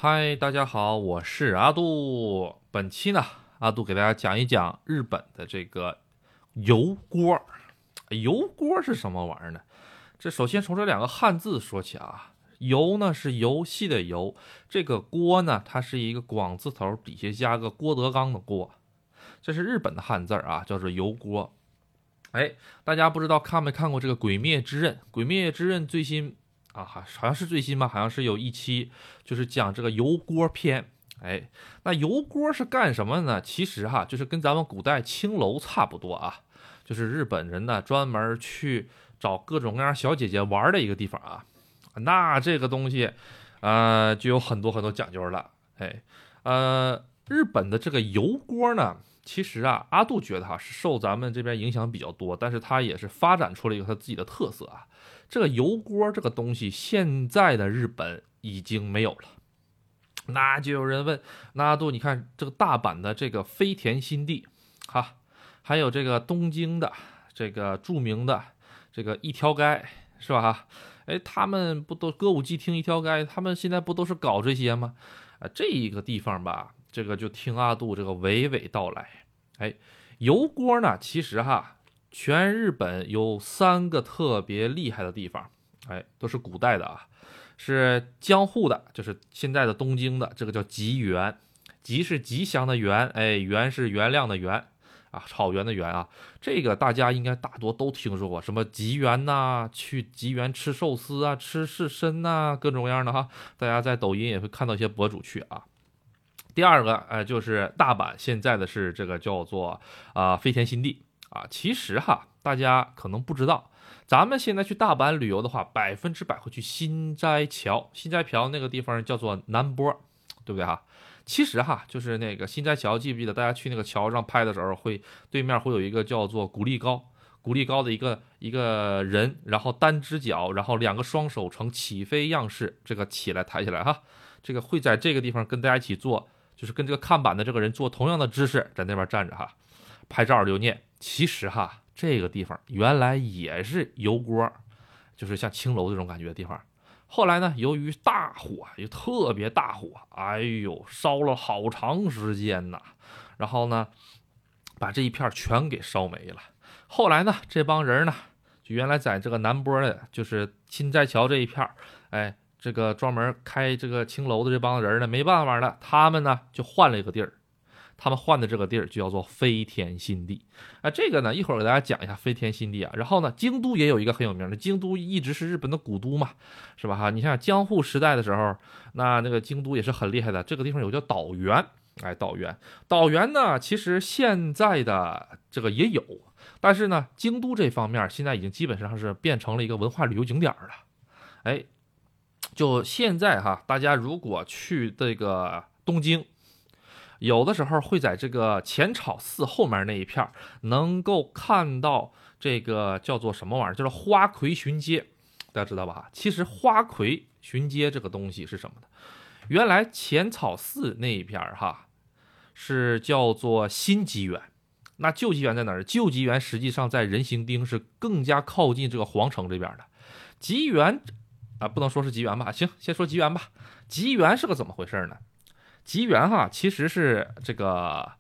嗨，大家好，我是阿杜。本期呢，阿杜给大家讲一讲日本的这个油锅。油锅是什么玩意儿呢？这首先从这两个汉字说起啊。游呢是游戏的游，这个锅呢，它是一个广字头底下加个郭德纲的锅，这是日本的汉字啊，叫做油锅。哎，大家不知道看没看过这个《鬼灭之刃》？《鬼灭之刃》最新啊，好像是最新吧，好像是有一期就是讲这个油锅篇。哎，那油锅是干什么呢？其实就是跟咱们古代青楼差不多啊，就是日本人呢专门去找各种各样小姐姐玩的一个地方啊。那这个东西，就有很多很多讲究了。哎，日本的这个油锅呢，其实阿杜觉得是受咱们这边影响比较多，但是它也是发展出了一个它自己的特色啊。这个油锅这个东西，现在的日本已经没有了。那就有人问，那阿杜，你看这个大阪的这个飞田新地，还有这个东京的这个著名的这个一条街，是吧？哎，他们不都歌舞伎町一条街，他们现在不都是搞这些吗？这一个地方吧，这个就听阿杜这个娓娓道来。哎，油锅呢，其实全日本有3个特别厉害的地方，哎，都是古代的啊，是江户的，就是现在的东京的，这个叫吉原，吉是吉祥的原，哎，原是原谅的原啊，草原的原啊，这个大家应该大多都听说过，什么吉原呐，去吉原吃寿司啊，吃刺身呐，各种各样的大家在抖音也会看到一些博主去啊。第二个，就是大阪现在的是这个叫做飞田新地啊。其实大家可能不知道，咱们现在去大阪旅游的话，100%会去心斋桥。心斋桥那个地方叫做南波，对不对其实就是那个心斋桥，记不记得大家去那个桥上拍的时候，对面会有一个叫做古力高。古力高的一个人，然后单只脚，然后2个双手呈起飞样式，这个起来抬起来这个会在这个地方跟大家一起做，就是跟这个看板的这个人做同样的姿势，在那边站着拍照留念。其实这个地方原来也是油锅，就是像青楼这种感觉的地方。后来呢，由于大火，也特别大火，哎呦，烧了好长时间呐，然后呢，把这一片全给烧没了。后来呢，这帮人呢，就原来在这个南波的，就是新斋桥这一片，哎，这个专门开这个青楼的这帮人呢，没办法了，他们呢就换了一个地儿。他们换的这个地儿就叫做飞田新地这个呢一会儿给大家讲一下飞田新地然后呢，京都也有一个很有名的，京都一直是日本的古都嘛，是吧你像江户时代的时候，那个京都也是很厉害的。这个地方有个叫岛原，哎，岛原呢，其实现在的这个也有，但是呢，京都这方面现在已经基本上是变成了一个文化旅游景点了。哎，就现在大家如果去这个东京，有的时候会在这个浅草寺后面那一片能够看到这个叫做什么玩意儿，就是花魁巡街，大家知道吧？其实花魁巡街这个东西是什么呢？原来浅草寺那一片是叫做新吉原，那旧吉原在哪儿？旧吉原实际上在人行町，是更加靠近这个皇城这边的。吉原不能说是吉原吧，行，先说吉原吧。吉原是个怎么回事呢？吉原其实是这个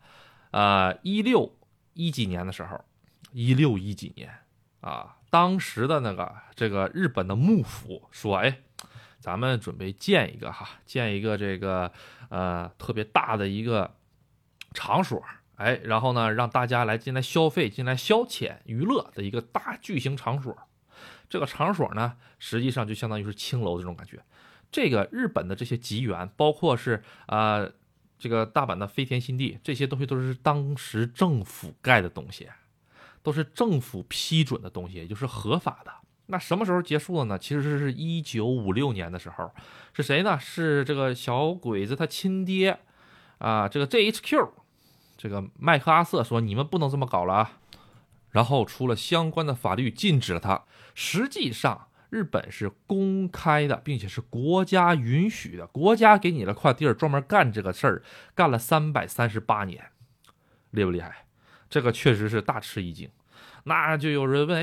16几年的时候，16几年当时的这个日本的幕府说，哎，咱们准备建一个这个特别大的一个场所，哎，然后呢让大家进来消费、进来消遣娱乐的一个大巨型场所。这个场所呢，实际上就相当于是青楼这种感觉。这个日本的这些吉原，包括是这个大阪的飞田新地，这些东西都是当时政府盖的东西，都是政府批准的东西，也就是合法的。那什么时候结束的呢？其实是1956年的时候，是谁呢？是这个小鬼子他亲爹这个 JHQ， 这个麦克阿瑟说你们不能这么搞了然后出了相关的法律禁止了他。实际上日本是公开的，并且是国家允许的，国家给你了块地儿，专门干这个事儿，干了338年，厉不厉害？这个确实是大吃一惊。那就有人问，哎，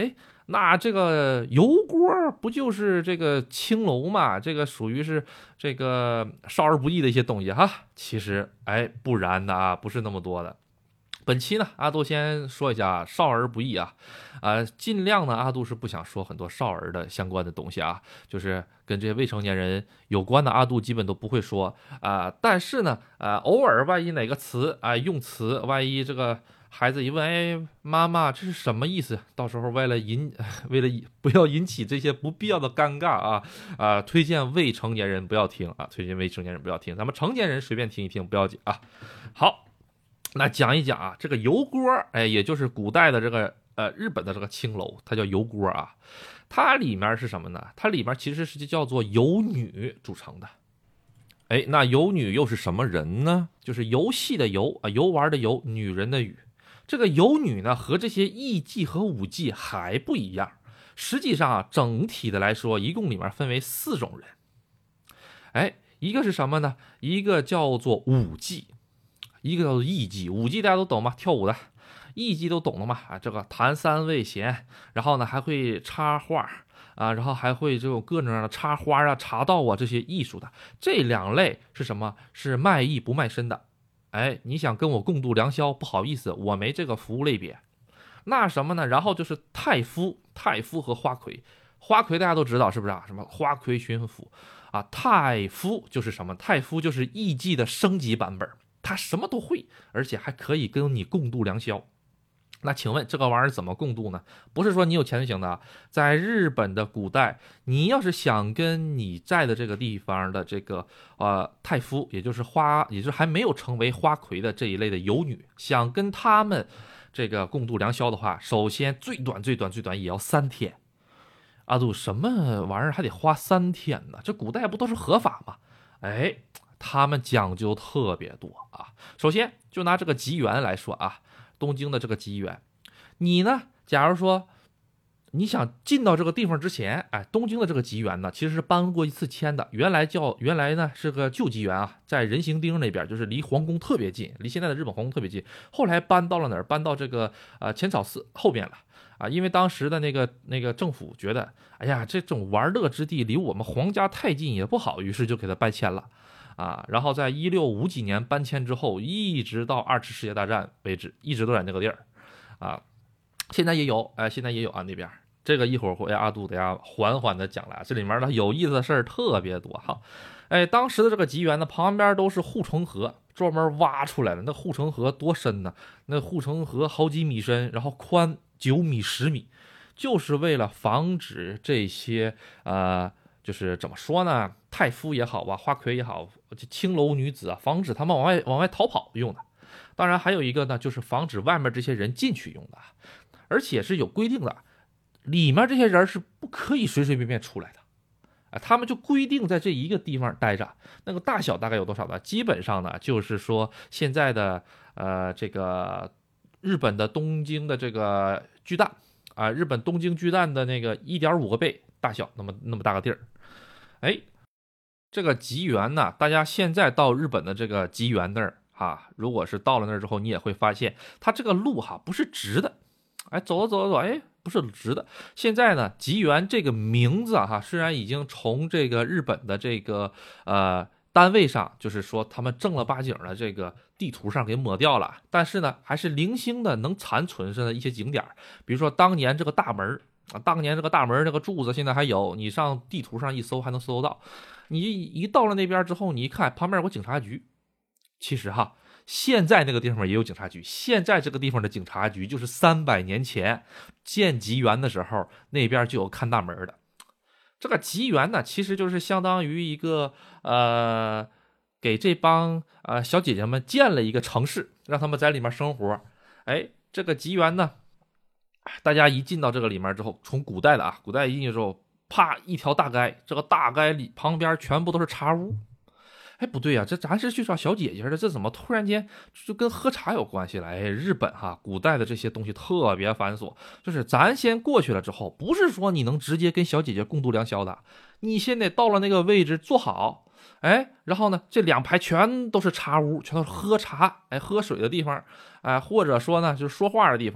那这个油锅不就是这个青楼嘛？这个属于是这个少儿不宜的一些东西哈。其实不然的啊，不是那么多的。本期呢，阿杜先说一下少儿不宜啊，尽量呢，阿杜是不想说很多少儿的相关的东西啊，就是跟这些未成年人有关的，阿杜基本都不会说但是呢，偶尔万一哪个词用词，万一这个孩子一问，妈妈这是什么意思？到时候为了不要引起这些不必要的尴尬推荐未成年人不要听啊，推荐未成年人不要听，咱们成年人随便听一听不要紧啊。好。那讲一讲啊，这个油锅，也就是古代的这个日本的这个青楼，它叫油锅啊。它里面是什么呢？它里面其实是叫做游女组成的。那游女又是什么人呢？就是游戏的游游玩的游，女人的女。这个游女呢，和这些艺妓和舞妓还不一样。实际上整体的来说，一共里面分为4种人。一个是什么呢？一个叫做舞妓。一个叫做艺妓，舞妓大家都懂吗？跳舞的。艺妓都懂了嘛？这个弹三味弦，然后呢还会插画然后还会这种各种各样的插花茶道这些艺术的。这2类是什么？是卖艺不卖身的。你想跟我共度良宵，不好意思，我没这个服务类别。那什么呢？然后就是太夫和花魁。花魁大家都知道是不是啊？什么花魁巡抚太夫就是什么？太夫就是艺妓的升级版本。他什么都会，而且还可以跟你共度良宵。那请问这个玩意儿怎么共度呢？不是说你有钱就行的。在日本的古代，你要是想跟你在的这个地方的这个太夫，也就是还没有成为花魁的这一类的游女，想跟他们这个共度良宵的话，首先最短也要3天。阿杜，什么玩意儿还得花3天呢？这古代不都是合法吗？他们讲究特别多啊。首先就拿这个吉原来说啊，东京的这个吉原，你呢，假如说你想进到这个地方之前，东京的这个吉原呢，其实是搬过一次迁的。原来呢是个旧吉原在人行町那边，就是离皇宫特别近，离现在的日本皇宫特别近。后来搬到了哪儿？搬到这个浅草寺后边了因为当时的那个政府觉得，这种玩乐之地离我们皇家太近也不好，于是就给它搬迁了。然后在1650几年搬迁之后，一直到2次世界大战为止，一直都在那个地儿现在也有那边这个一会儿会阿杜给大家缓缓的讲来，这里面的有意思的事儿特别多哈。当时的这个吉原呢，旁边都是护城河，专门挖出来的。那护城河多深呢？那护城河好几米深，然后宽9米10米，就是为了防止这些就是怎么说呢，太夫也好花魁也好，青楼女子防止他们往外逃跑用的。当然还有一个呢，就是防止外面这些人进去用的，而且是有规定的，里面这些人是不可以随随便便出来的他们就规定在这一个地方待着。那个大小大概有多少呢？基本上呢，就是说现在的这个日本的东京的这个巨蛋日本东京巨蛋的那个1.5个倍大小，那么大个地儿。这个吉原呢，大家现在到日本的这个吉原那儿如果是到了那儿之后，你也会发现它这个路不是直的，走不是直的。现在呢，吉原这个名字虽然已经从这个日本的这个单位上，就是说他们正儿八经的这个地图上给抹掉了，但是呢，还是零星的能残存着的一些景点，比如说当年这个大门这个柱子现在还有，你上地图上一搜还能搜到。你一到了那边之后，你一看旁边有个警察局，其实现在那个地方也有警察局。现在这个地方的警察局就是300年前建吉原的时候那边就有看大门的。这个吉原呢，其实就是相当于一个给这帮小姐姐们建了一个城市，让他们在里面生活。这个吉原呢，大家一进到这个里面之后，从古代一进去之后，啪一条大街，这个大街里旁边全部都是茶屋。不对呀，这咱是去找小姐姐的，这怎么突然间就跟喝茶有关系了？日本古代的这些东西特别繁琐，就是咱先过去了之后，不是说你能直接跟小姐姐共度良宵的，你先得到了那个位置坐好，然后呢，这2排全都是茶屋，全都是喝茶喝水的地方，或者说呢就是说话的地方。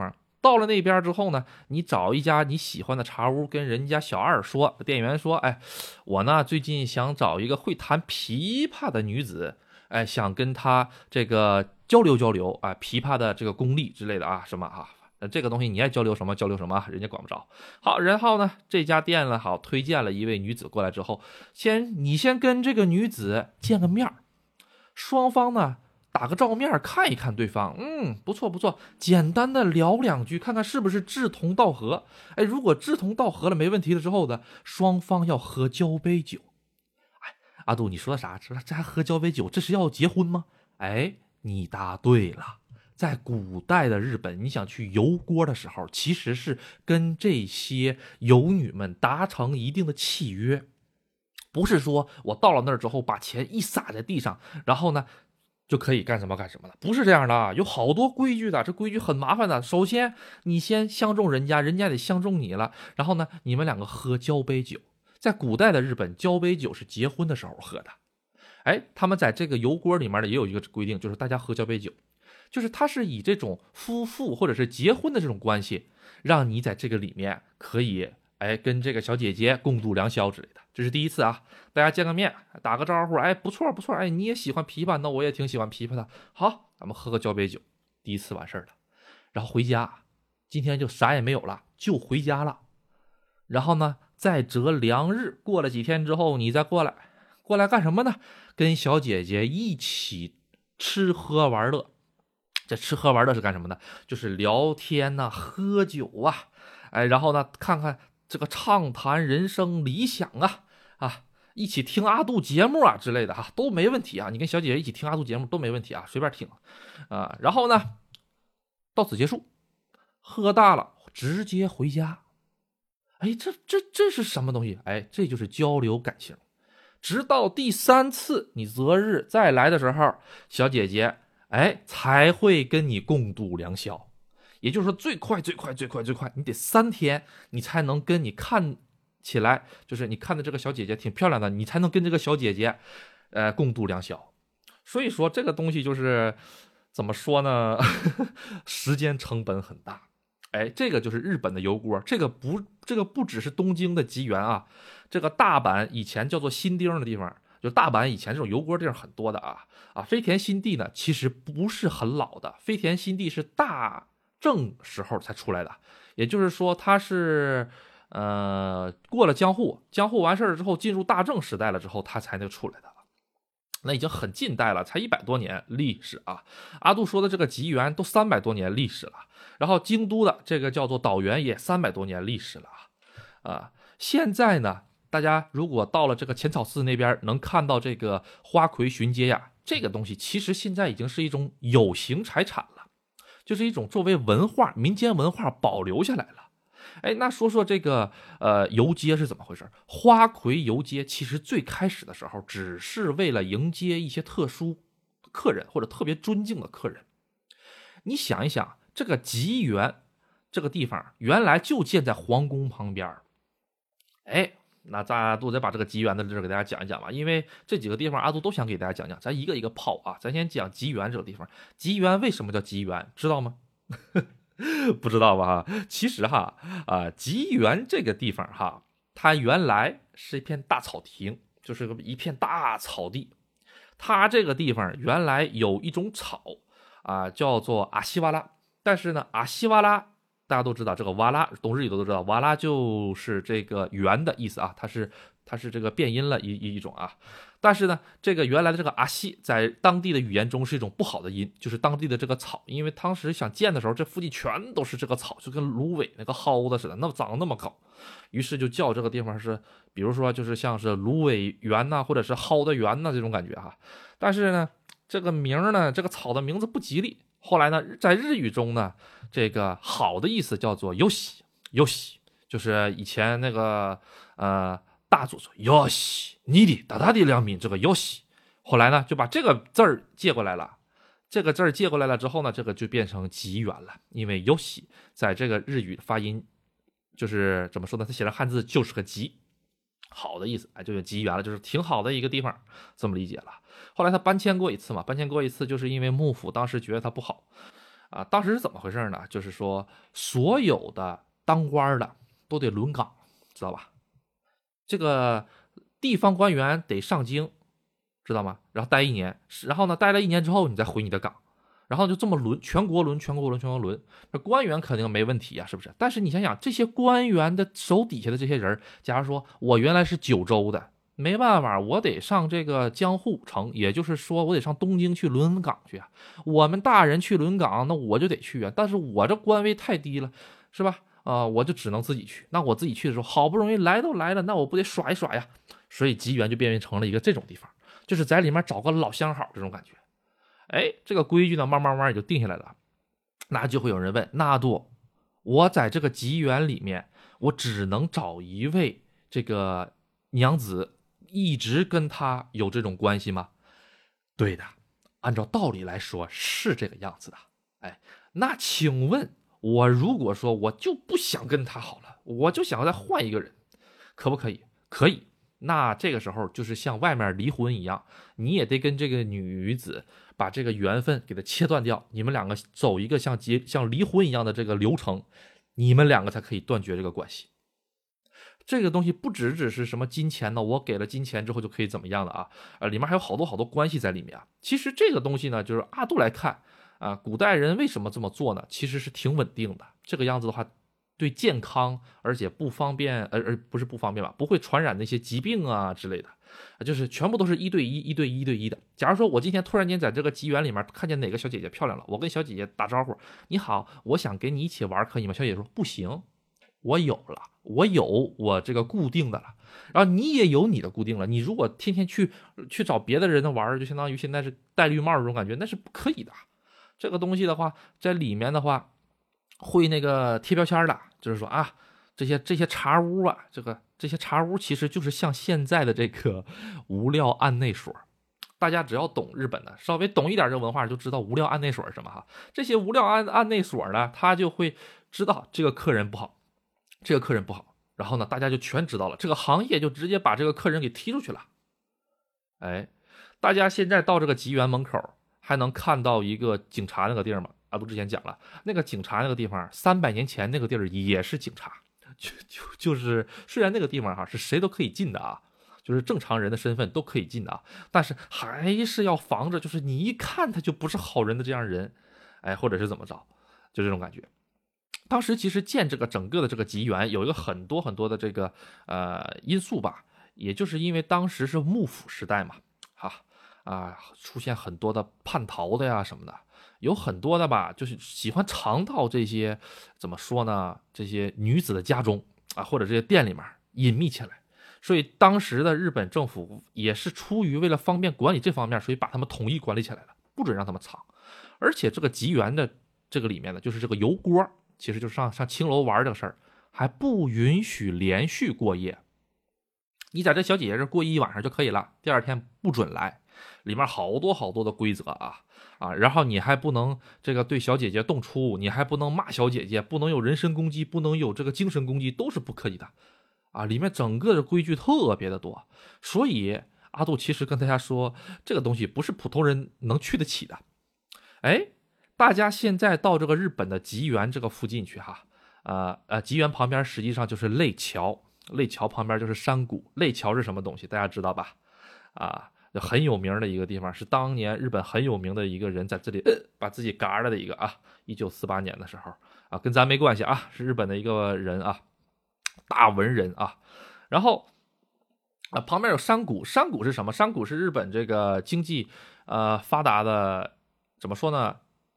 到了那边之后呢，你找一家你喜欢的茶屋，跟人家小二说，店员说，哎，我呢最近想找一个会弹琵琶的女子，哎，想跟她这个交流交流啊，琵琶的这个功力之类的啊，什么啊。这个东西你爱交流什么交流什么，人家管不着。好，然后呢，这家店呢，好推荐了一位女子过来之后，你先跟这个女子见个面，双方呢打个照面看一看对方，不错不错，简单的聊两句，看看是不是志同道合。哎，如果志同道合了没问题了之后呢，双方要喝交杯酒。哎，阿杜你说啥？这还喝交杯酒？这是要结婚吗？哎，你答对了。在古代的日本，你想去游锅的时候，其实是跟这些游女们达成一定的契约，不是说我到了那儿之后把钱一撒在地上，然后呢就可以干什么干什么的，不是这样的，有好多规矩的，这规矩很麻烦的。首先你先相中人家，人家得相中你了，然后呢你们两个喝交杯酒。在古代的日本，交杯酒是结婚的时候喝的。哎，他们在这个油锅里面呢也有一个规定，就是大家喝交杯酒，就是他是以这种夫妇或者是结婚的这种关系，让你在这个里面可以跟这个小姐姐共度良宵之类的。这是第一次啊，大家见个面，打个招呼，不错不错，你也喜欢琵琶，那我也挺喜欢琵琶的，好，咱们喝个交杯酒，第一次完事儿了，然后回家，今天就啥也没有了，就回家了。然后呢，再择良日，过了几天之后，你再过来干什么呢？跟小姐姐一起吃喝玩乐。这吃喝玩乐是干什么呢？就是聊天呐，喝酒啊，然后呢，看看这个畅谈人生理想啊，一起听阿杜节目啊之类的都没问题啊。你跟小姐姐一起听阿杜节目都没问题啊，随便听啊。然后呢，到此结束，喝大了直接回家。这是什么东西？这就是交流感情。直到第3次你择日再来的时候，小姐姐才会跟你共度良宵。也就是说，最快，你得3天，你才能跟你看起来，就是你看的这个小姐姐挺漂亮的，你才能跟这个小姐姐，共度良宵。所以说，这个东西就是怎么说呢？时间成本很大。这个就是日本的油锅，这个不只是东京的吉原啊，这个大阪以前叫做新町的地方，就大阪以前这种油锅地方很多的飞田新地呢，其实不是很老的，飞田新地是大正时候才出来的，也就是说它是过了江户完事儿之后，进入大正时代了之后，它才能出来的。那已经很近代了，才100多年历史啊！阿杜说的这个吉原都300多年历史了，然后京都的这个叫做岛原也300多年历史了现在呢，大家如果到了这个浅草寺那边，能看到这个花魁巡街呀，这个东西其实现在已经是一种有形财产了，就是一种作为文化、民间文化保留下来了。那说说这个游街是怎么回事？花魁游街其实最开始的时候只是为了迎接一些特殊客人或者特别尊敬的客人。你想一想，这个吉原这个地方原来就建在皇宫旁边，那咱阿杜再把这个吉原的事给大家讲一讲吧，因为这几个地方阿杜都想给大家讲讲，咱一个一个泡啊。咱先讲吉原这个地方，吉原为什么叫吉原，知道吗？不知道吧？其实吉原这个地方它原来是一片大草坪，就是一片大草地。它这个地方原来有一种草叫做阿西瓦拉，但是呢，阿西瓦拉大家都知道，这个瓦拉懂日语都知道，瓦拉就是这个圆的意思它是这个变音了一种但是呢，这个原来的这个阿西在当地的语言中是一种不好的音，就是当地的这个草，因为当时想建的时候，这附近全都是这个草，就跟芦苇那个蒿子似的，那么长得那么高，于是就叫这个地方是，比如说就是像是芦苇园或者是蒿的园这种感觉但是呢，这个名呢，这个草的名字不吉利。后来呢，在日语中呢，这个好的意思叫做よし，就是以前那个大祖说よし你的大大的良民，这个よし，后来呢就把这个字儿借过来了。这个字儿借过来了之后呢，这个就变成吉原了，因为よし在这个日语发音就是怎么说呢？它写成汉字就是个吉，好的意思，就是吉原了，就是挺好的一个地方，这么理解了。后来他搬迁过一次嘛，搬迁过一次就是因为幕府当时觉得他不好当时是怎么回事呢？就是说所有的当官的都得轮岗，知道吧？这个地方官员得上京，知道吗？然后待1年，然后呢，待了1年之后，你再回你的岗，然后就这么轮，全国轮，全国轮，全国轮。那官员肯定没问题啊，是不是？但是你想想，这些官员的手底下的这些人，假如说我原来是九州的，没办法，我得上这个江户城，也就是说，我得上东京去轮岗去啊。我们大人去轮岗，那我就得去啊。但是我这官位太低了，是吧？我就只能自己去。那我自己去的时候，好不容易来都来了，那我不得耍一耍呀？所以吉原就变成了一个这种地方，就是在里面找个老相好这种感觉。哎，这个规矩呢，慢慢也就定下来了。那就会有人问，那阿杜，我在这个吉原里面，我只能找一位这个娘子，一直跟他有这种关系吗？对的，按照道理来说是这个样子的。哎，那请问，我如果说我就不想跟他好了，我就想要再换一个人，可不可以？可以。那这个时候就是像外面离婚一样，你也得跟这个女子把这个缘分给它切断掉，你们两个走一个像离婚一样的这个流程，你们两个才可以断绝这个关系。这个东西不只是什么金钱呢，我给了金钱之后就可以怎么样的啊？里面还有好多关系在里面啊。其实这个东西呢，就是阿杜来看啊，古代人为什么这么做呢？其实是挺稳定的。这个样子的话，对健康而且不方便，而不是不方便吧，不会传染那些疾病啊之类的，就是全部都是1对1、1对1对1的。假如说我今天突然间在这个吉园里面看见哪个小姐姐漂亮了，我跟小姐姐打招呼，你好，我想跟你一起玩，可以吗？小姐姐说不行。我有了，我有我这个固定的了，然后你也有你的固定了。你如果天天去找别的人的玩，就相当于现在是戴绿帽这种感觉，那是不可以的。这个东西的话，在里面的话会那个贴标签的，就是说啊，这些茶屋啊，这些茶屋其实就是像现在的这个无料案内所。大家只要懂日本的，稍微懂一点这个文化，就知道无料案内所是什么哈。这些无料案内所呢，他就会知道这个客人不好。这个客人不好，然后呢，大家就全知道了，这个行业就直接把这个客人给踢出去了。哎，大家现在到这个吉原门口还能看到一个警察那个地儿吗？阿杜之前讲了，那个警察那个地方，300年前那个地儿也是警察，就是虽然那个地方哈是谁都可以进的啊，就是正常人的身份都可以进的啊，但是还是要防着，就是你一看他就不是好人的这样人，哎，或者是怎么着，就这种感觉。当时其实建这个整个的这个吉原有一个很多的这个因素吧，也就是因为当时是幕府时代嘛，出现很多的叛逃的呀什么的，有很多的吧，就是喜欢藏到这些怎么说呢，这些女子的家中啊，或者这些店里面隐秘起来。所以当时的日本政府也是出于为了方便管理这方面，所以把他们统一管理起来了，不准让他们藏。而且这个吉原的这个里面呢，就是这个油锅。其实就是上青楼玩这个事儿，还不允许连续过夜。你在这小姐姐这过一晚上就可以了，第二天不准来。里面好多的规则啊，然后你还不能这个对小姐姐动粗，你还不能骂小姐姐，不能有人身攻击，不能有这个精神攻击，都是不可以的啊。里面整个的规矩特别的多，所以阿杜其实跟大家说，这个东西不是普通人能去得起的。哎。大家现在到这个日本的吉原这个附近去哈，吉原旁边实际上就是泪桥，泪桥旁边就是山谷。泪桥是什么东西？大家知道吧？很有名的一个地方，是当年日本很有名的一个人在这里把自己嘎了的一个啊，1948年的时候啊，跟咱没关系啊，是日本的一个人啊，大文人啊，然后旁边有山谷，山谷是什么？山谷是日本这个经济发达的，怎么说呢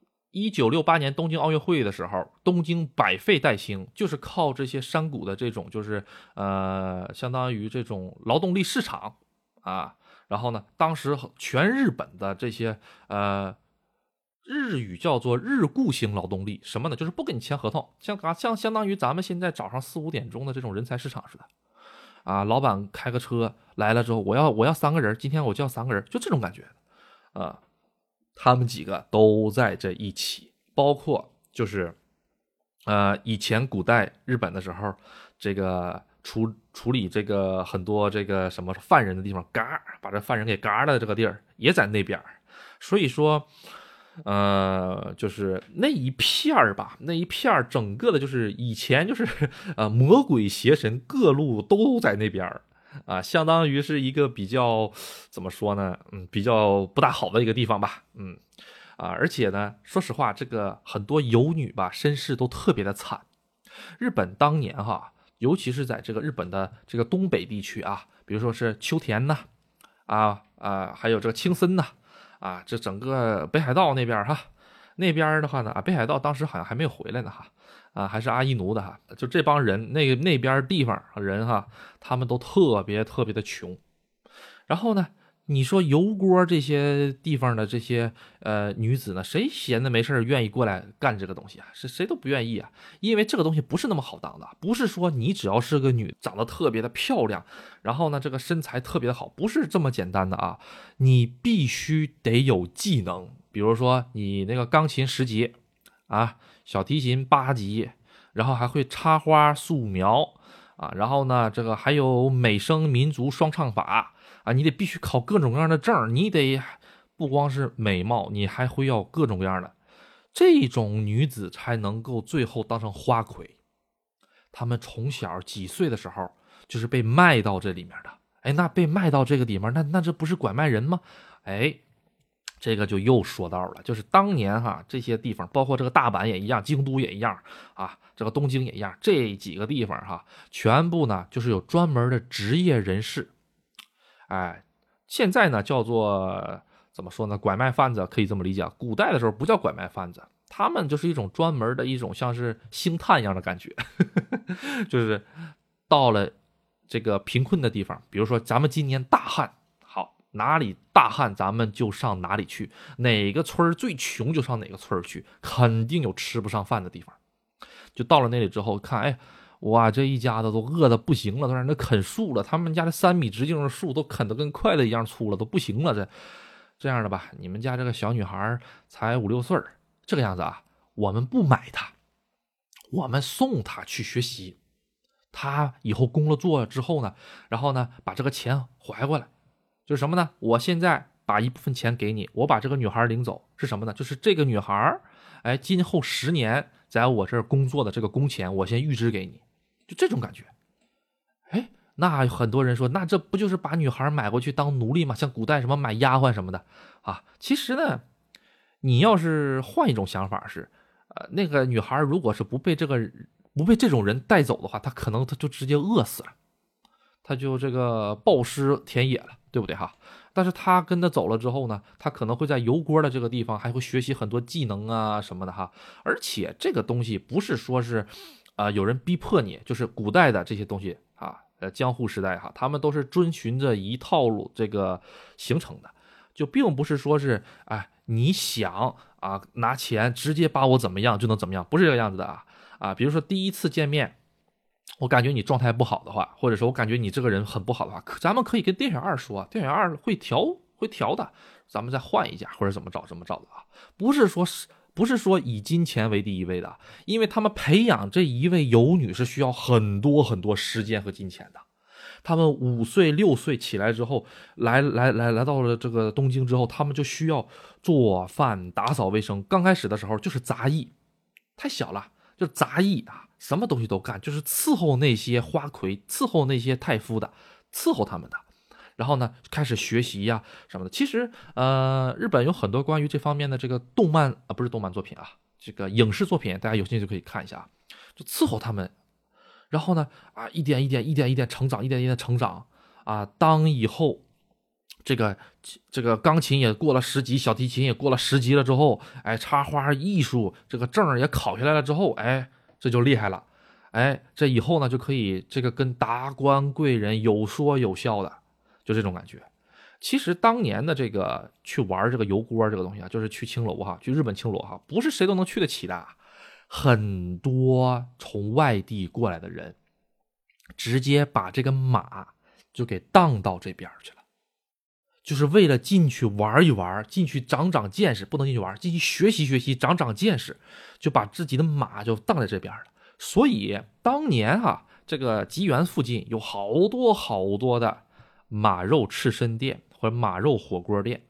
？1968年东京奥运会的时候，东京百废待兴，就是靠这些山谷的这种，就是相当于这种劳动力市场啊。然后呢，当时全日本的这些日语叫做日雇型劳动力，什么呢？就是不跟你签合同，相当于咱们现在早上4、5点钟的这种人才市场似的啊。老板开个车来了之后，我要3个人，今天我就要3个人，就这种感觉啊。他们几个都在这一起，包括就是以前古代日本的时候，这个处理这个很多这个什么犯人的地方，嘎把这犯人给嘎的这个地儿也在那边。所以说就是那一片儿吧，那一片儿整个的就是以前就是魔鬼邪神各路都在那边儿啊，相当于是一个比较怎么说呢，比较不大好的一个地方吧，而且呢，说实话，这个很多游女吧，身世都特别的惨。日本当年哈，尤其是在这个日本的这个东北地区啊，比如说是秋田呐，还有这个青森呐，这整个北海道那边哈，那边的话呢，北海道当时好像还没有回来呢哈，还是阿伊奴的哈，就这帮人那边地方人哈，他们都特别特别的穷，然后呢，你说油锅这些地方的这些女子呢，谁闲的没事愿意过来干这个东西啊？谁都不愿意啊，因为这个东西不是那么好当的，不是说你只要是个女，长得特别的漂亮，然后呢这个身材特别的好，不是这么简单的啊，你必须得有技能，比如说你那个钢琴10级小提琴8级，然后还会插花素描然后呢这个还有美声民族双唱法。你得必须考各种各样的证，你得不光是美貌，你还会要各种各样的，这种女子才能够最后当成花魁。她们从小几岁的时候就是被卖到这里面的，那被卖到这个地方，那这不是拐卖人吗？这个就又说到了，就是当年这些地方，包括这个大阪也一样，京都也一样这个东京也一样，这几个地方全部呢就是有专门的职业人士。现在呢叫做怎么说呢？拐卖贩子可以这么理解。古代的时候不叫拐卖贩子，他们就是一种专门的一种像是星探一样的感觉，就是到了这个贫困的地方，比如说咱们今年大旱，好，哪里大旱咱们就上哪里去，哪个村最穷就上哪个村去，肯定有吃不上饭的地方。就到了那里之后看，哇，这一家子都饿得不行了，都让人啃树了。他们家的3米直径的树都啃得跟筷子一样粗了，都不行了。这样的吧，你们家这个小女孩才5、6岁，这个样子我们不买她，我们送她去学习。她以后工了作之后呢，然后呢把这个钱还过来，就是什么呢？我现在把一部分钱给你，我把这个女孩领走，是什么呢？就是这个女孩，今后10年在我这儿工作的这个工钱，我先预支给你。就这种感觉，那很多人说，那这不就是把女孩买过去当奴隶吗？像古代什么买丫鬟什么的其实呢，你要是换一种想法是，那个女孩如果是不被这种人带走的话，她可能就直接饿死了，她就这个暴尸田野了，对不对但是她跟他走了之后呢，她可能会在油锅的这个地方还会学习很多技能什么的而且这个东西不是说是有人逼迫你，就是古代的这些东西江户时代他们都是遵循着一套路这个形成的，就并不是说是你想拿钱直接把我怎么样就能怎么样，不是这个样子的比如说第一次见面，我感觉你状态不好的话，或者说我感觉你这个人很不好的话，咱们可以跟店员二说，店员二会调的，咱们再换一家或者怎么着的不是说以金钱为第一位的，因为他们培养这一位游女是需要很多很多时间和金钱的。他们5岁6岁起来之后，来到了这个东京之后，他们就需要做饭、打扫卫生。刚开始的时候就是杂役，太小了，就杂役什么东西都干，就是伺候那些花魁，伺候那些太夫的，伺候他们的。然后呢，开始学习什么的。其实，日本有很多关于这方面的这个动漫不是动漫作品这个影视作品，大家有兴趣就可以看一下就伺候他们。然后呢，一点一点成长，一点一点成长当以后这个钢琴也过了10级，小提琴也过了10级了之后，插花艺术这个证也考下来了之后，这就厉害了。这以后呢就可以这个跟达官贵人有说有笑的。就这种感觉。其实当年的这个去玩这个油锅这个东西就是去青楼去日本青楼不是谁都能去得起的，很多从外地过来的人直接把这个马就给当到这边去了，就是为了进去玩一玩，进去长长见识，不能进去玩，进去学习学习，长长见识，就把自己的马就当在这边了。所以当年这个吉原附近有好多好多的马肉刺身店或者马肉火锅店，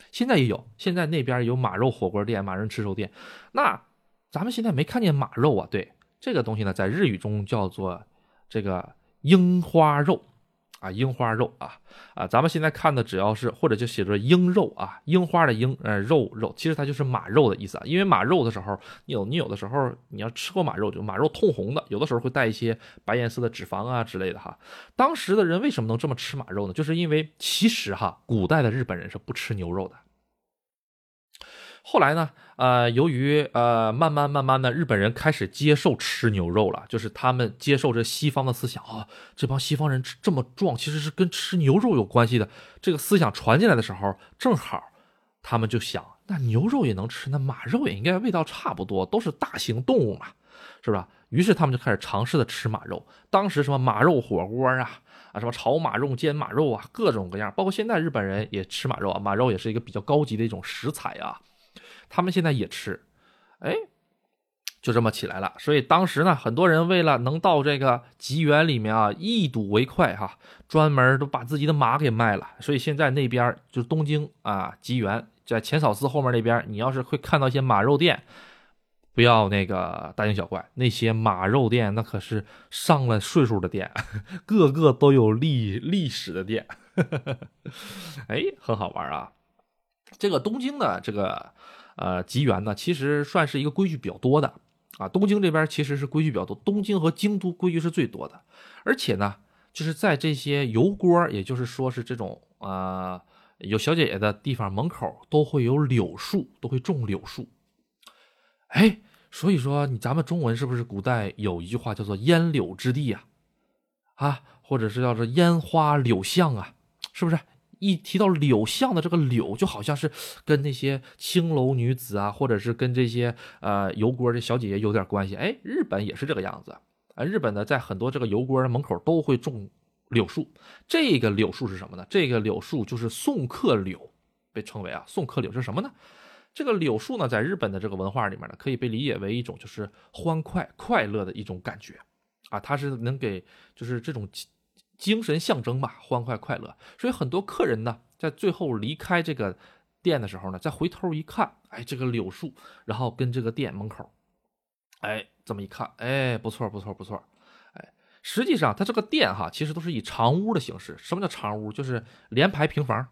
现在也有，现在那边有马肉火锅店、马人吃肉店。那咱们现在没看见马肉啊？对，这个东西呢，在日语中叫做这个樱花肉啊，樱花肉咱们现在看的只要是或者就写着樱肉啊，樱花的樱，肉，其实它就是马肉的意思啊。因为马肉的时候，你有的时候你要吃过马肉，就马肉通红的，有的时候会带一些白颜色的脂肪啊之类的哈。当时的人为什么能这么吃马肉呢？就是因为其实哈，古代的日本人是不吃牛肉的。后来呢，由于慢慢的，日本人开始接受吃牛肉了，就是他们接受这西方的思想啊，这帮西方人这么壮，其实是跟吃牛肉有关系的。这个思想传进来的时候，正好他们就想，那牛肉也能吃，那马肉也应该味道差不多，都是大型动物嘛，是吧？于是他们就开始尝试的吃马肉。当时什么马肉火锅什么炒马肉、煎马肉啊，各种各样，包括现在日本人也吃马肉啊，马肉也是一个比较高级的一种食材啊。他们现在也吃，哎，就这么起来了。所以当时呢，很多人为了能到这个吉原里面啊，一睹为快哈，专门都把自己的马给卖了。所以现在那边就是东京啊，吉原在浅草寺后面那边，你要是会看到一些马肉店，不要那个大惊小怪，那些马肉店那可是上了岁数的店，个个都有历史的店，哎，很好玩啊。这个东京的这个吉原呢，其实算是一个规矩比较多的啊。东京这边其实是规矩比较多，东京和京都规矩是最多的。而且呢，就是在这些油锅，也就是说是这种有小姐姐的地方门口都会有柳树，都会种柳树。哎，所以说咱们中文是不是古代有一句话叫做烟柳之地或者是叫做烟花柳巷啊，是不是？一提到柳巷的这个柳，就好像是跟那些青楼女子啊，或者是跟这些油锅的小姐姐有点关系。哎，日本也是这个样子日本呢，在很多这个油锅的门口都会种柳树。这个柳树是什么呢？这个柳树就是送客柳，被称为送客柳是什么呢？这个柳树呢，在日本的这个文化里面呢，可以被理解为一种就是欢快、快乐的一种感觉它是能给就是这种精神象征吧，欢快快乐。所以很多客人呢，在最后离开这个店的时候呢，再回头一看，哎，这个柳树，然后跟这个店门口，哎，这么一看，哎，不错不错不错，哎，实际上它这个店其实都是以长屋的形式。什么叫长屋？就是连排平房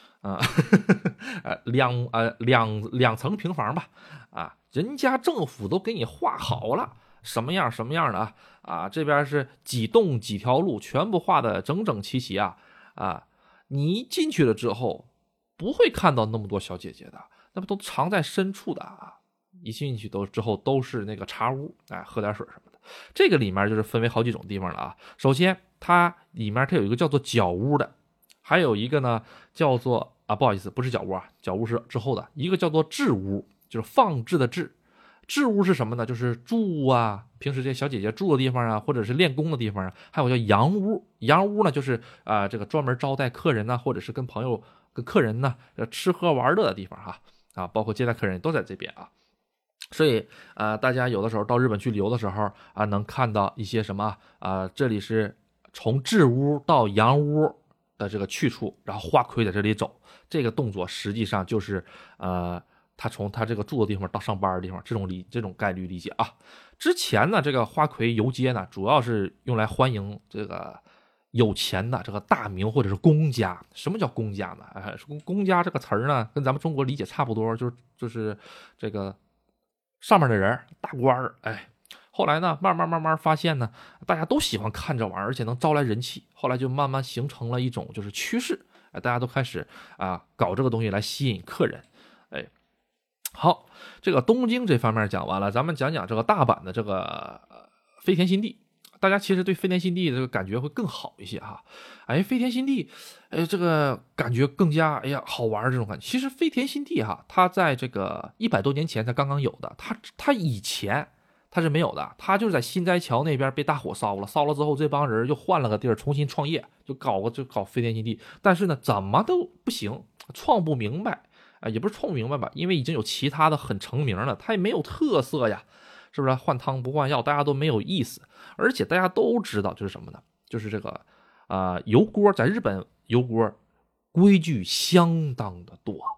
两层平房吧人家政府都给你画好了。什么样什么样的这边是几栋几条路，全部画的整整齐齐你一进去了之后，不会看到那么多小姐姐的，那么都藏在深处的一进去之后都是那个茶屋，喝点水什么的。这个里面就是分为好几种地方了首先，它里面有一个叫做角屋的，还有一个呢叫做不好意思，不是角屋角屋是之后的一个叫做置屋，就是放置的置。置屋是什么呢？就是住平时这些小姐姐住的地方或者是练功的地方还有叫洋屋。洋屋呢，就是这个专门招待客人或者是跟朋友、跟客人呢吃喝玩乐的地方包括接待客人都在这边所以大家有的时候到日本去旅游的时候能看到一些什么这里是从置屋到洋屋的这个去处，然后花魁在这里走，这个动作实际上就是他从他这个住的地方到上班的地方，这种概率理解之前呢，这个花魁游街呢，主要是用来欢迎这个有钱的这个大名或者是公家。什么叫公家呢？公家这个词儿呢，跟咱们中国理解差不多，就是这个上面的人，大官儿。后来呢，慢慢发现呢，大家都喜欢看这玩意儿，而且能招来人气。后来就慢慢形成了一种就是趋势，大家都开始搞这个东西来吸引客人。好，这个东京这方面讲完了，咱们讲讲这个大阪的这个飞田新地。大家其实对飞田新地的这个感觉会更好一些飞田新地，这个感觉更加好玩这种感觉。其实飞田新地它在这个100多年前才刚刚有的，它以前它是没有的，它就是在新斋桥那边被大火烧了之后，这帮人就换了个地儿重新创业，就搞飞田新地。但是呢，怎么都不行，创不明白。也不是创不明白吧，因为已经有其他的很成名了，它也没有特色呀，是不是？换汤不换药，大家都没有意思。而且大家都知道，就是什么呢？就是这个油锅，在日本油锅规矩相当的多。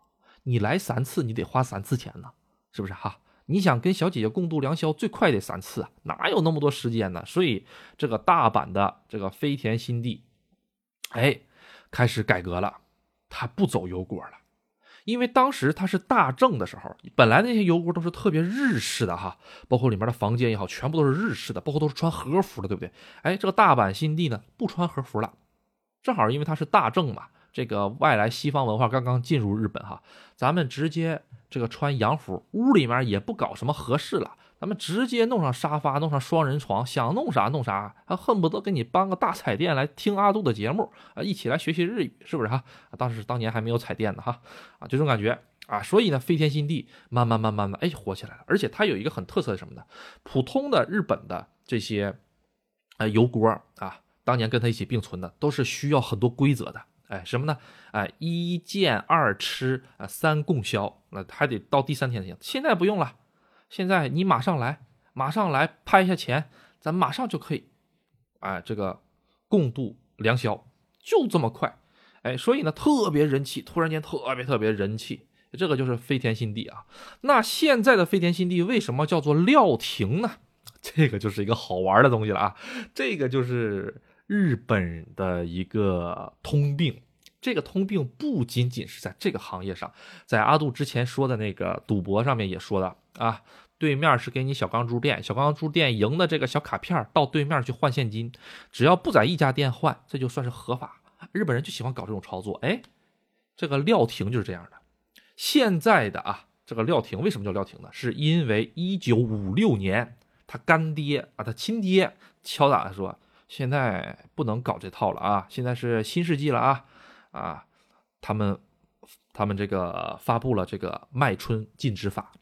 你来3次，你得花3次钱呢，是不是哈？你想跟小姐姐共度良宵，最快得3次啊，哪有那么多时间呢？所以这个大阪的这个飞田新地，开始改革了，他不走油锅了。因为当时他是大正的时候，本来那些油锅都是特别日式的哈，包括里面的房间也好，全部都是日式的，包括都是穿和服的，对不对？这个大阪新地呢不穿和服了，正好因为它是大正嘛，这个外来西方文化刚刚进入日本哈，咱们直接这个穿洋服，屋里面也不搞什么和室了，咱们直接弄上沙发，弄上双人床，想弄啥弄啥，还恨不得给你搬个大彩电来听阿杜的节目啊，一起来学习日语，是不是哈？当年还没有彩电呢哈，这种感觉啊，所以呢，飞天新地慢慢的火起来了，而且它有一个很特色的什么呢？普通的日本的这些油锅啊，当年跟它一起并存的，都是需要很多规则的。什么呢？1见2吃3供销，那还得到第3天才行。现在不用了，现在你马上来拍一下钱，咱马上就可以，这个共度良宵，就这么快。所以呢，特别人气，突然间特别人气，这个就是飞田新地啊。那现在的飞田新地为什么叫做料亭呢？这个就是一个好玩的东西了啊，这个就是日本的一个通病。这个通病不仅仅是在这个行业上，在阿杜之前说的那个赌博上面也说的啊，对面是给你小钢珠店，小钢珠店赢的这个小卡片到对面去换现金，只要不在一家店换，这就算是合法。日本人就喜欢搞这种操作。这个料亭就是这样的。现在的这个料亭为什么叫料亭呢？是因为1956年他干爹他亲爹敲打说，现在不能搞这套了啊，现在是新世纪了他们这个发布了这个卖春禁止法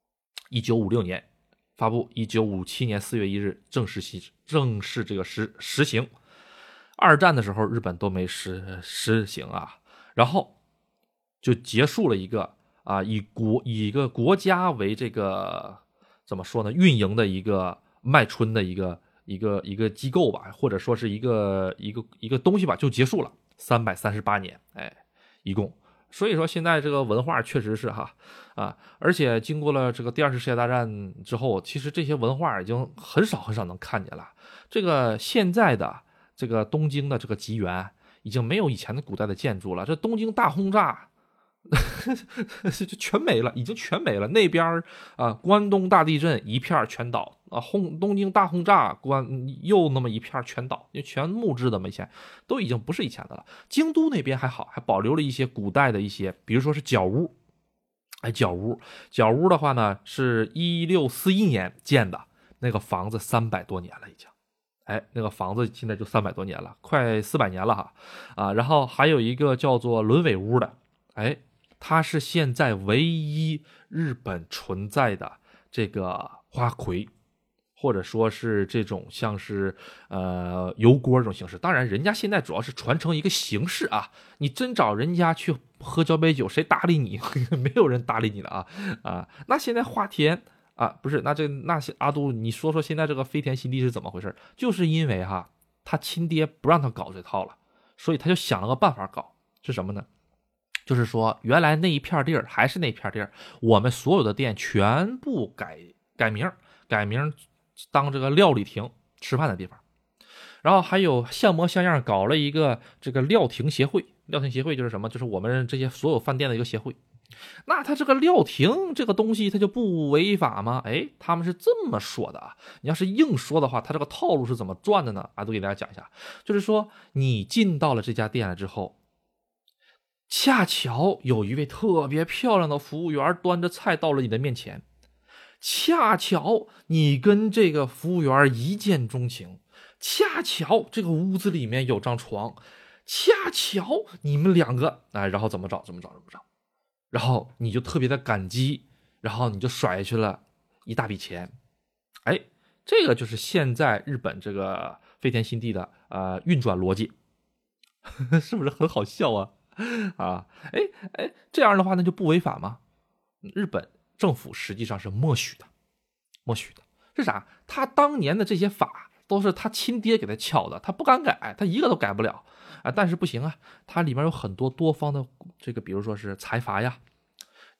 ，1956年发布，1957年4月1日正式这个实行。二战的时候日本都没实行然后就结束了一个以一个国家为这个怎么说呢，运营的一个卖春的一个机构吧，或者说是一个东西吧，就结束了338年，一共。所以说现在这个文化确实是而且经过了这个第2次世界大战之后，其实这些文化已经很少能看见了。这个现在的这个东京的这个吉原已经没有以前的古代的建筑了，这东京大轰炸就全没了，已经全没了。那边关东大地震一片全倒东京大轰炸又那么一片全倒，因为全木质的嘛，以前都已经不是以前的了。京都那边还好，还保留了一些古代的一些，比如说是角屋。角屋的话呢，是1641年建的，那个房子300多年了已经。那个房子现在就300多年了，快400年了然后还有一个叫做轮尾屋的，它是现在唯一日本存在的这个花魁，或者说是这种像是油锅这种形式。当然人家现在主要是传承一个形式你真找人家去喝交杯酒，谁搭理你？没有人搭理你的那现在花田不是，那阿杜，你说现在这个飞田新地是怎么回事？就是因为他亲爹不让他搞这套了，所以他就想了个办法搞，是什么呢？就是说原来那一片地儿还是那片地儿，我们所有的店全部改名当这个料理亭，吃饭的地方。然后还有像模像样搞了一个这个料亭协会。料亭协会就是什么？就是我们这些所有饭店的一个协会。那他这个料亭这个东西，他就不违法吗？他们是这么说的你要是硬说的话，他这个套路是怎么转的呢？都给大家讲一下。就是说，你进到了这家店了之后，恰巧有一位特别漂亮的服务员端着菜到了你的面前，恰巧你跟这个服务员一见钟情，恰巧这个屋子里面有张床，恰巧你们两个然后怎么着，然后你就特别的感激，然后你就甩去了一大笔钱。这个就是现在日本这个飞田新地的运转逻辑，是不是很好笑这样的话那就不违法吗？日本政府实际上是默许的。是啥？他当年的这些法都是他亲爹给他敲的，他不敢改，他一个都改不了但是不行它里面有很多多方的这个，比如说是财阀呀，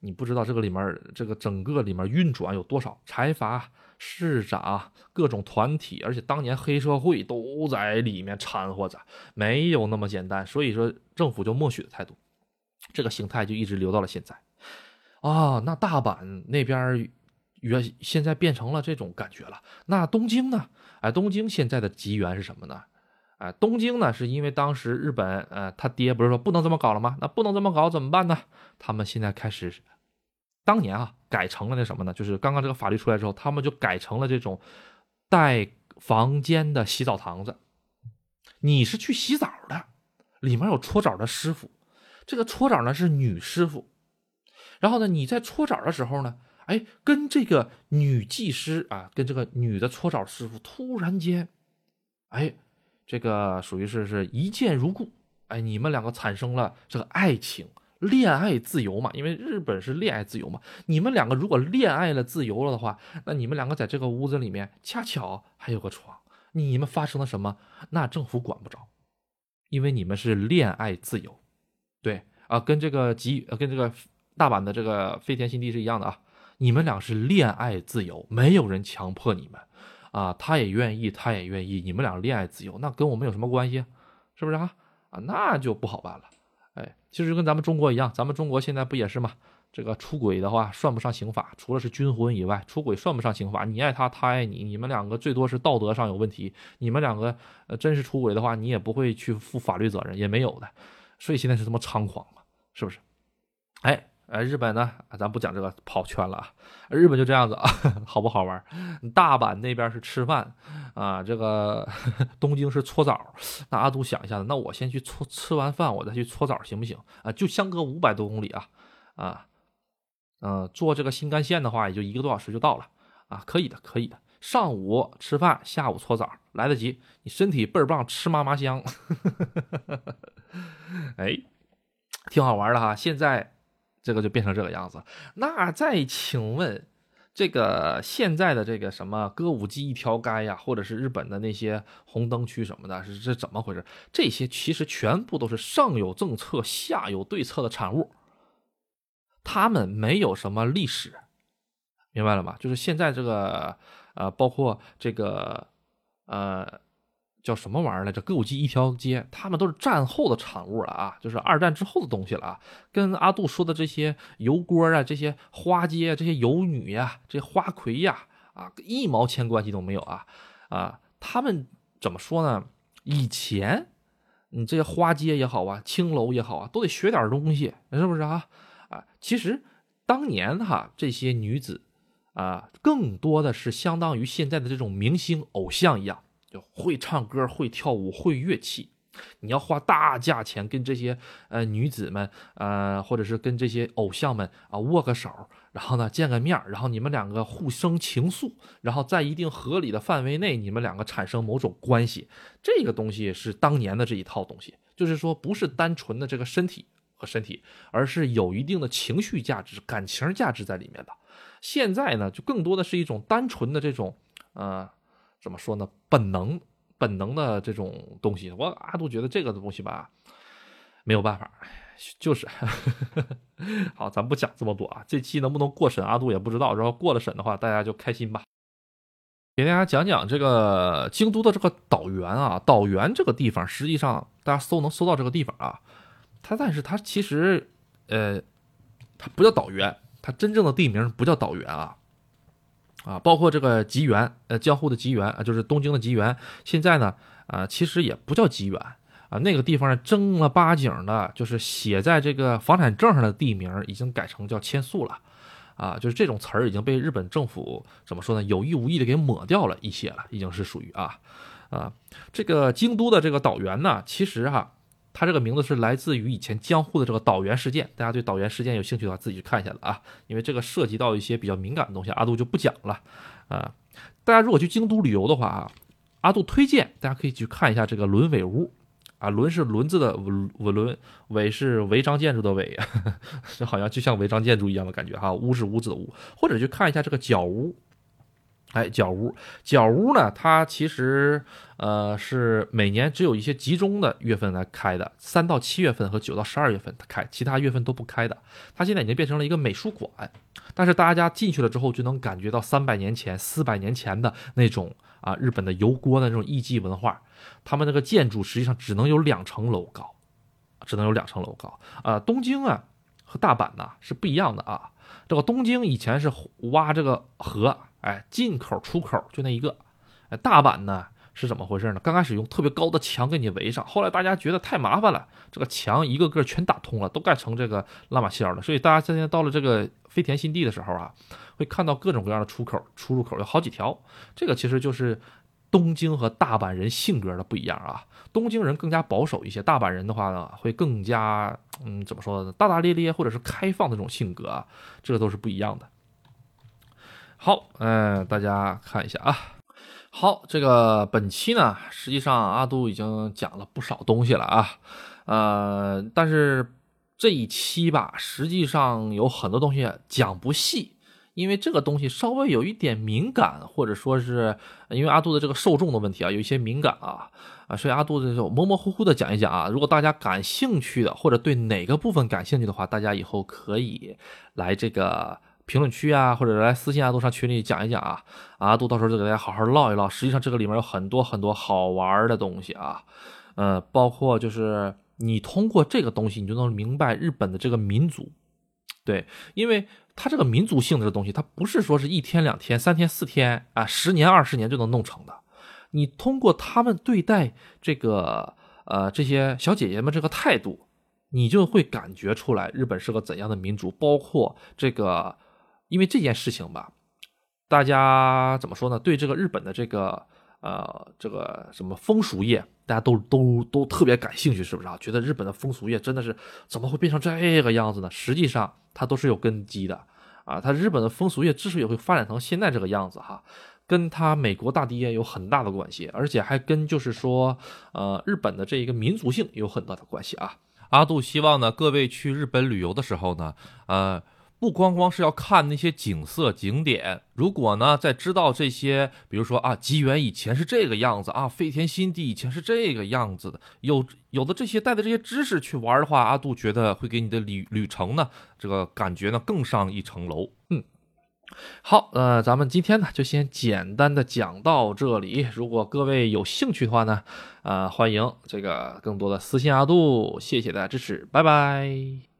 你不知道这个里面这个整个里面运转有多少财阀、市长、各种团体，而且当年黑社会都在里面掺和着，没有那么简单。所以说政府就默许的态度，这个形态就一直留到了现在。那大阪那边现在变成了这种感觉了。那东京呢？东京现在的机缘是什么呢？东京呢，是因为当时日本他爹不是说不能这么搞了吗？那不能这么搞怎么办呢？他们现在开始，当年改成了那什么呢？就是刚刚这个法律出来之后，他们就改成了这种带房间的洗澡堂子。你是去洗澡的，里面有搓澡的师傅，这个搓澡呢是女师傅，然后呢你在搓澡的时候呢，跟这个女技师跟这个女的搓澡师傅突然间，这个属于是一见如故，你们两个产生了这个爱情，恋爱自由嘛，因为日本是恋爱自由嘛。你们两个如果恋爱了自由了的话，那你们两个在这个屋子里面恰巧还有个床，你们发生了什么，那政府管不着，因为你们是恋爱自由。对跟这个大阪的这个飞田新地是一样的你们俩是恋爱自由，没有人强迫你们。他也愿意，他也愿意，你们俩恋爱自由，那跟我们有什么关系？是不是那就不好办了。其实跟咱们中国一样，咱们中国现在不也是吗？这个出轨的话算不上刑法，除了是军婚以外，出轨算不上刑法。你爱他，他爱你，你们两个最多是道德上有问题。你们两个真是出轨的话，你也不会去负法律责任，也没有的。所以现在是这么猖狂嘛，是不是？日本呢，咱不讲这个跑圈了日本就这样子好不好玩？大阪那边是吃饭这个东京是搓澡。那阿杜想一下子，那我先去吃完饭，我再去搓澡行不行就相隔500多公里坐这个新干线的话，也就1个多小时就到了可以的，可以的。上午吃饭，下午搓澡，来得及。你身体倍儿棒，吃嘛嘛香挺好玩的现在这个就变成这个样子。那再请问，这个现在的这个什么歌舞伎一条街呀，或者是日本的那些红灯区什么的，是怎么回事？这些其实全部都是上有政策下有对策的产物，他们没有什么历史，明白了吗？就是现在这个包括这个叫什么玩意儿来着？歌舞伎一条街，他们都是战后的产物了就是2战之后的东西了跟阿杜说的这些油锅这些花街这些游女这些花魁1毛钱关系都没有他们怎么说呢？以前你这些花街也好青楼也好都得学点东西，是不是其实当年这些女子更多的是相当于现在的这种明星偶像一样。就会唱歌，会跳舞，会乐器，你要花大价钱跟这些女子们或者是跟这些偶像们握个手，然后呢见个面，然后你们两个互生情愫，然后在一定合理的范围内，你们两个产生某种关系。这个东西是当年的这一套东西，就是说不是单纯的这个身体和身体，而是有一定的情绪价值、感情价值在里面的。现在呢，就更多的是一种单纯的这种怎么说呢？本能的这种东西，我阿杜觉得这个东西吧，没有办法，就是好，咱不讲这么多这期能不能过审，阿杜也不知道。然后过了审的话，大家就开心吧。给大家讲讲这个京都的这个岛原岛原这个地方，实际上大家能搜到这个地方但是它其实它不叫岛原，它真正的地名不叫岛原包括这个吉原，江户的吉原就是东京的吉原，现在呢其实也不叫吉原那个地方正儿八经的，就是写在这个房产证上的地名已经改成叫千宿了就是这种词儿已经被日本政府怎么说呢，有意无意的给抹掉了一些了，已经是属于这个京都的这个岛原呢，其实它这个名字是来自于以前江户的这个岛原事件。大家对岛原事件有兴趣的话，自己去看一下子因为这个涉及到一些比较敏感的东西，阿杜就不讲了大家如果去京都旅游的话阿杜推荐大家可以去看一下这个轮尾屋轮是轮子的轮，尾是违章建筑的尾这好像就像违章建筑一样的感觉屋是屋子的屋，或者去看一下这个角屋哎，角屋，角屋呢，它其实是每年只有一些集中的月份来开的，3到7月份和9到12月份它开，其他月份都不开的。它现在已经变成了一个美术馆，但是大家进去了之后就能感觉到300年前、400年前的那种日本的油锅的那种艺伎文化。他们那个建筑实际上只能有2层楼高，只能有2层楼高。东京和大阪呢是不一样的啊。这个东京以前是挖这个河。进口出口就那一个。大阪呢是怎么回事呢？刚开始用特别高的墙给你围上，后来大家觉得太麻烦了，这个墙一个个全打通了，都盖成这个拉玛西尔了。所以大家现在到了这个飞田新地的时候会看到各种各样的出口、出入口有好几条。这个其实就是东京和大阪人性格的不一样啊。东京人更加保守一些，大阪人的话呢会更加怎么说呢？大大咧咧或者是开放的这种性格这个都是不一样的。好，大家看一下好，这个本期呢，实际上阿杜已经讲了不少东西了但是这一期吧，实际上有很多东西讲不细，因为这个东西稍微有一点敏感，或者说是因为阿杜的这个受众的问题有一些敏感所以阿杜就模模糊糊的讲一讲如果大家感兴趣的，或者对哪个部分感兴趣的话，大家以后可以来这个评论区或者来私信阿杜上群里讲一讲阿杜到时候就给大家好好唠一唠。实际上这个里面有很多很多好玩的东西包括就是你通过这个东西你就能明白日本的这个民族。对，因为它这个民族性的这东西，它不是说是1天2天3天4天10年20年就能弄成的。你通过他们对待这个这些小姐姐们这个态度，你就会感觉出来日本是个怎样的民族。包括这个因为这件事情吧，大家怎么说呢？对这个日本的这个什么风俗业，大家都特别感兴趣，是不是觉得日本的风俗业真的是怎么会变成这个样子呢？实际上它都是有根基的它日本的风俗业之所以会发展成现在这个样子跟它美国大爹有很大的关系，而且还跟就是说日本的这一个民族性有很大的关系阿杜希望呢，各位去日本旅游的时候呢，不光光是要看那些景色景点，如果呢在知道这些，比如说吉原以前是这个样子飞田新地以前是这个样子的，有的这些带的这些知识去玩的话，阿杜觉得会给你的旅程呢，这个感觉呢更上一层楼。好，咱们今天呢就先简单的讲到这里。如果各位有兴趣的话呢，欢迎这个更多的私信阿杜，谢谢大家支持，拜拜。